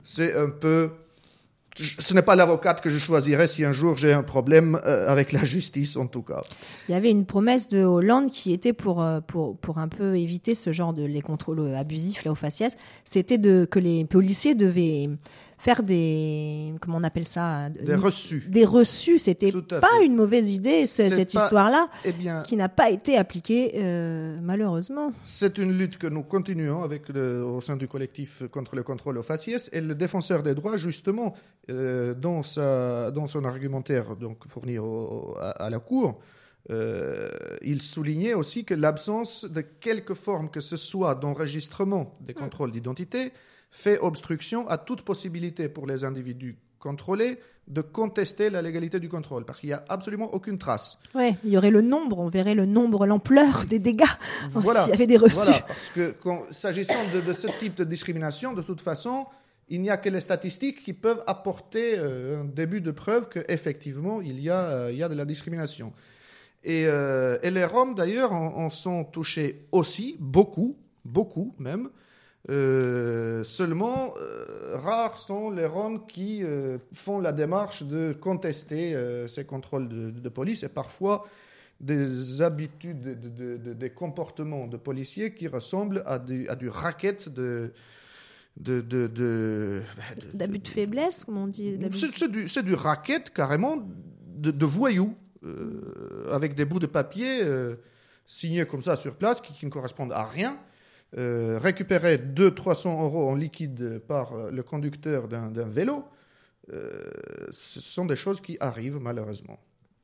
Ce n'est pas l'avocate que je choisirais si un jour j'ai un problème avec la justice, en tout cas.
Il y avait une promesse de Hollande qui était pour un peu éviter ce genre les contrôles abusifs là au faciès, c'était que les policiers devaient faire comment on appelle ça,
des reçus.
Des reçus, c'était pas une mauvaise idée cette histoire-là, qui n'a pas été appliquée malheureusement. C'est
une lutte que nous continuons au sein du collectif contre le contrôle au faciès, et le défenseur des droits justement dans son argumentaire donc fourni à la Cour. Il soulignait aussi que l'absence de quelque forme que ce soit d'enregistrement des contrôles d'identité fait obstruction à toute possibilité pour les individus contrôlés de contester la légalité du contrôle, parce qu'il n'y a absolument aucune trace.
Oui, il y aurait le nombre, on verrait l'ampleur des dégâts
voilà,
s'il y avait des reçus.
Voilà, parce que s'agissant de ce type de discrimination, de toute façon, il n'y a que les statistiques qui peuvent apporter un début de preuve qu'effectivement, il y a de la discrimination. Et les Roms, d'ailleurs, en sont touchés aussi, beaucoup même. Seulement, rares sont les Roms qui font la démarche de contester ces contrôles de police, et parfois des habitudes, des comportements de policiers qui ressemblent à du racket
d'abus de faiblesse, comme on dit.
C'est du racket carrément de voyous avec des bouts de papier signés comme ça sur place, qui ne correspondent à rien, récupérés 200-300 euros en liquide par le conducteur d'un vélo, ce sont des choses qui arrivent malheureusement.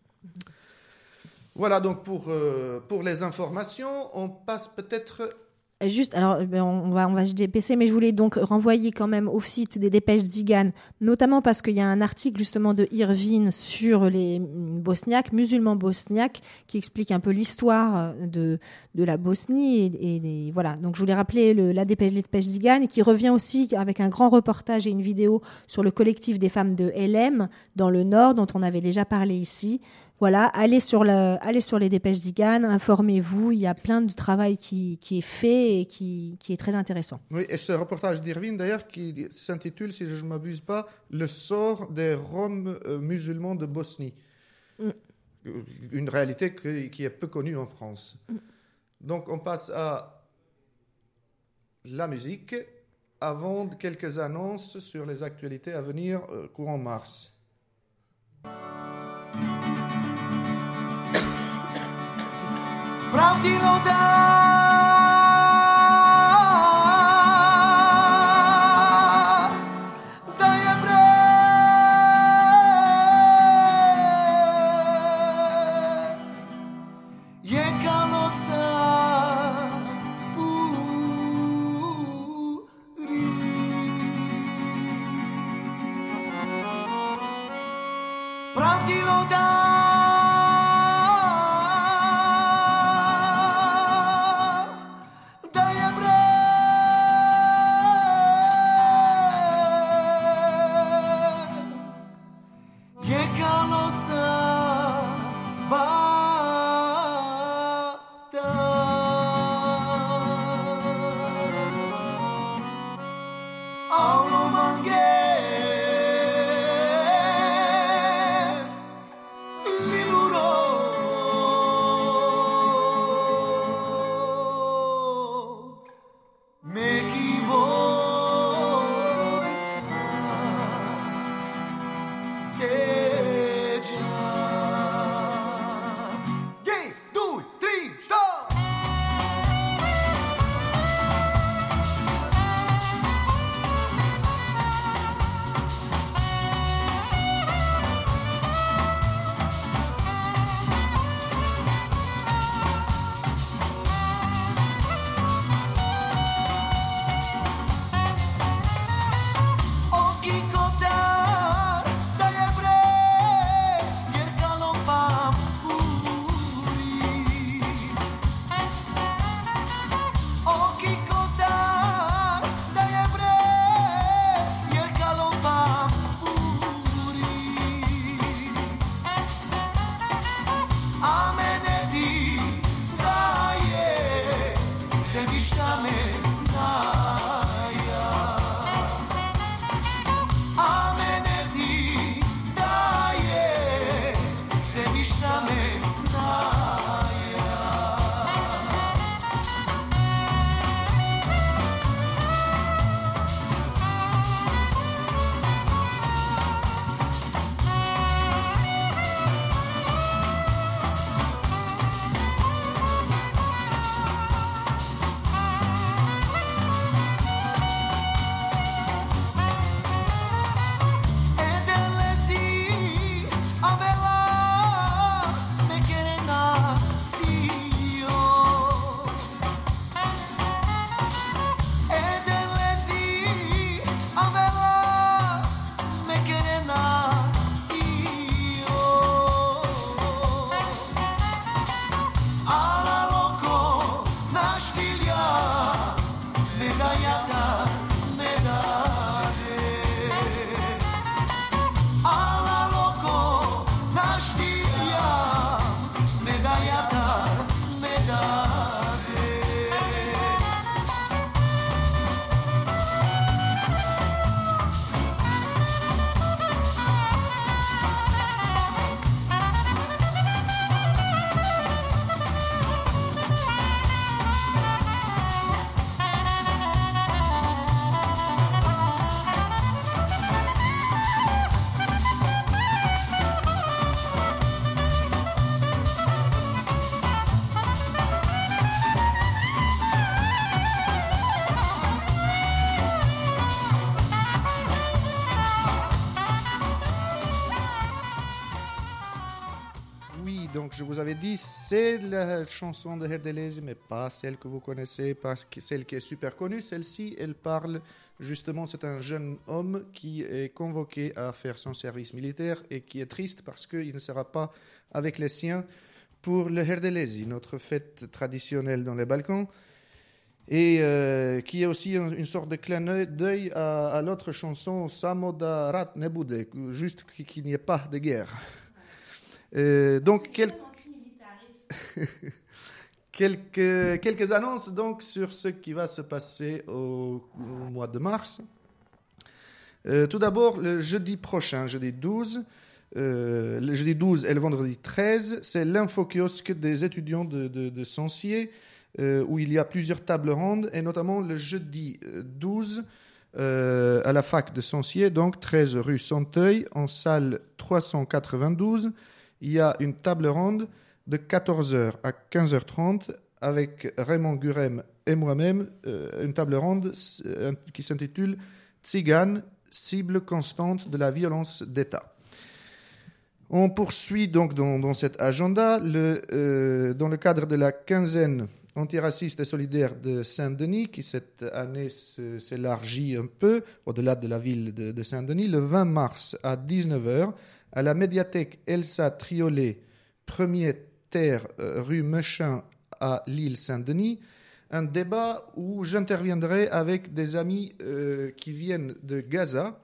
Voilà donc pour les informations. On passe peut-être...
Juste, alors on va se dépêcher, mais je voulais donc renvoyer quand même au site des Dépêches Tziganes, notamment parce qu'il y a un article justement de Irvine sur les Bosniaques, musulmans bosniaques, qui explique un peu l'histoire de la Bosnie et voilà. Donc je voulais rappeler la Dépêche Tziganes, qui revient aussi avec un grand reportage et une vidéo sur le collectif des femmes de LM dans le Nord, dont on avait déjà parlé ici. Voilà, allez sur les Dépêches Tziganes, informez-vous, il y a plein de travail qui est fait et qui est très intéressant.
Oui, et ce reportage d'Irvine d'ailleurs qui s'intitule, si je ne m'abuse pas, « Le sort des Roms musulmans de Bosnie ». Une réalité qui est peu connue en France. Donc on passe à la musique avant quelques annonces sur les actualités à venir courant mars.
Pravdilo da je bre jekalo sa puri pravdilo da
donc je vous avais dit, c'est la chanson de Herdelezi, mais pas celle que vous connaissez, pas celle qui est super connue. Celle-ci, elle parle justement, c'est un jeune homme qui est convoqué à faire son service militaire et qui est triste parce qu'il ne sera pas avec les siens pour le Herdelezi, notre fête traditionnelle dans les Balkans, et qui est aussi une sorte de clin d'œil à l'autre chanson Samo da rat ne bude, juste qu'il n'y ait pas de guerre. Donc quelques annonces donc sur ce qui va se passer au mois de mars. Tout d'abord, le jeudi prochain, jeudi 12, le jeudi 12 et le vendredi 13, c'est l'info-kiosque des étudiants de Sancier, où il y a plusieurs tables rondes, et notamment le jeudi 12 à la fac de Sancier, donc 13 rue Santeuil, en salle 392. Il y a une table ronde de 14h à 15h30 avec Raymond Gurem et moi-même, une table ronde qui s'intitule « Tzigane, cible constante de la violence d'État ». On poursuit donc dans cet agenda, dans le cadre de la quinzaine antiraciste et solidaire de Saint-Denis, qui cette année s'élargit un peu au-delà de la ville de Saint-Denis, le 20 mars à 19h, à la médiathèque Elsa Triolet, 1er terre rue Mechin à l'île Saint-Denis, un débat où j'interviendrai avec des amis qui viennent de Gaza,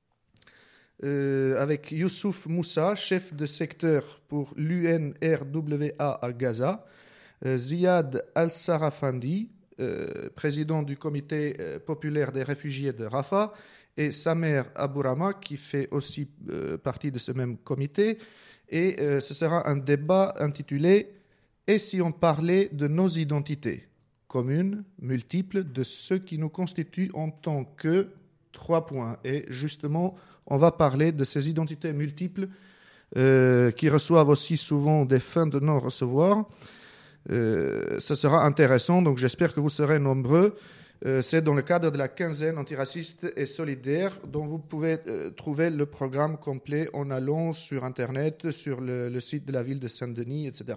avec Youssouf Moussa, chef de secteur pour l'UNRWA à Gaza, Ziad Al-Sarafandi, président du comité populaire des réfugiés de Rafah, et Samer Abourama, qui fait aussi partie de ce même comité. Et ce sera un débat intitulé « Et si on parlait de nos identités communes, multiples, de ce qui nous constitue en tant que... » 3 points. Et justement, on va parler de ces identités multiples qui reçoivent aussi souvent des fins de non-recevoir. Ça sera intéressant, donc j'espère que vous serez nombreux. C'est dans le cadre de la quinzaine antiraciste et solidaire dont vous pouvez trouver le programme complet en allant sur Internet, sur le site de la ville de Saint-Denis, etc.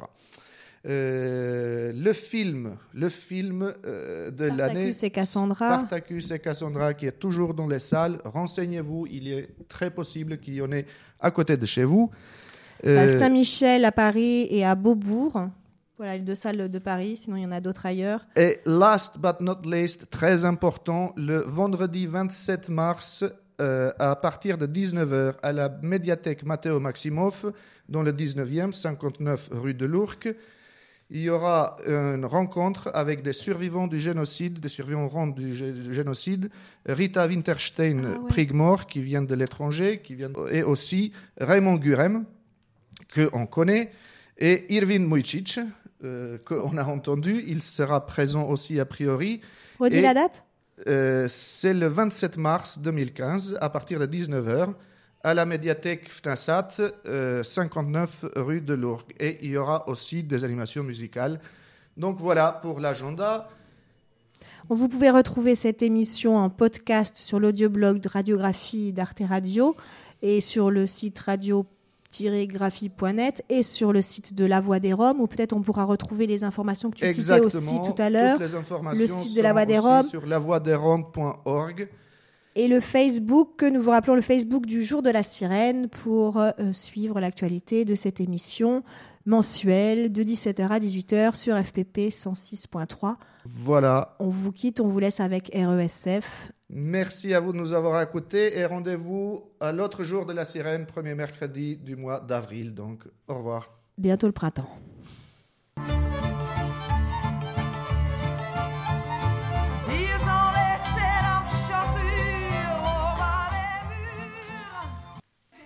Le film de l'année
Spartacus
et Cassandra qui est toujours dans les salles. Renseignez-vous, il est très possible qu'il y en ait à côté de chez vous.
À Saint-Michel à Paris et à Beaubourg. Voilà les 2 salles de Paris, sinon il y en a d'autres ailleurs.
Et last but not least, très important, le vendredi 27 mars, à partir de 19h, à la médiathèque Matteo Maximoff, dans le 19e, 59 rue de l'Ourcq, il y aura une rencontre avec des survivants du génocide, des survivants du génocide, Rita Winterstein-Prigmore, qui vient de l'étranger, et aussi Raymond Gurem, qu'on connaît, et Irvin Mujicic, qu'on a entendu. Il sera présent aussi a priori.
Redis la date ?
C'est le 27 mars 2015, à partir de 19h, à la médiathèque Fnassat, 59 rue de l'Ourcq. Et il y aura aussi des animations musicales. Donc voilà pour l'agenda.
Vous pouvez retrouver cette émission en podcast sur l'audioblog de Radiographie d'Arte Radio et sur le site radio-graphie.net et sur le site de La Voix des Roms, où peut-être on pourra retrouver les informations que tu citais aussi tout à l'heure.
Toutes les informations
le site de La Voix des Roms
sur lavoixdesroms.org.
Et le Facebook, que nous vous rappelons le Facebook du Jour de la Sirène, pour suivre l'actualité de cette émission mensuelle de 17h à 18h sur FPP 106.3.
Voilà.
On vous quitte, on vous laisse avec RESF.
Merci à vous de nous avoir écoutés et rendez-vous à l'autre Jour de la Sirène, premier mercredi du mois d'avril. Donc, au revoir.
Bientôt le printemps.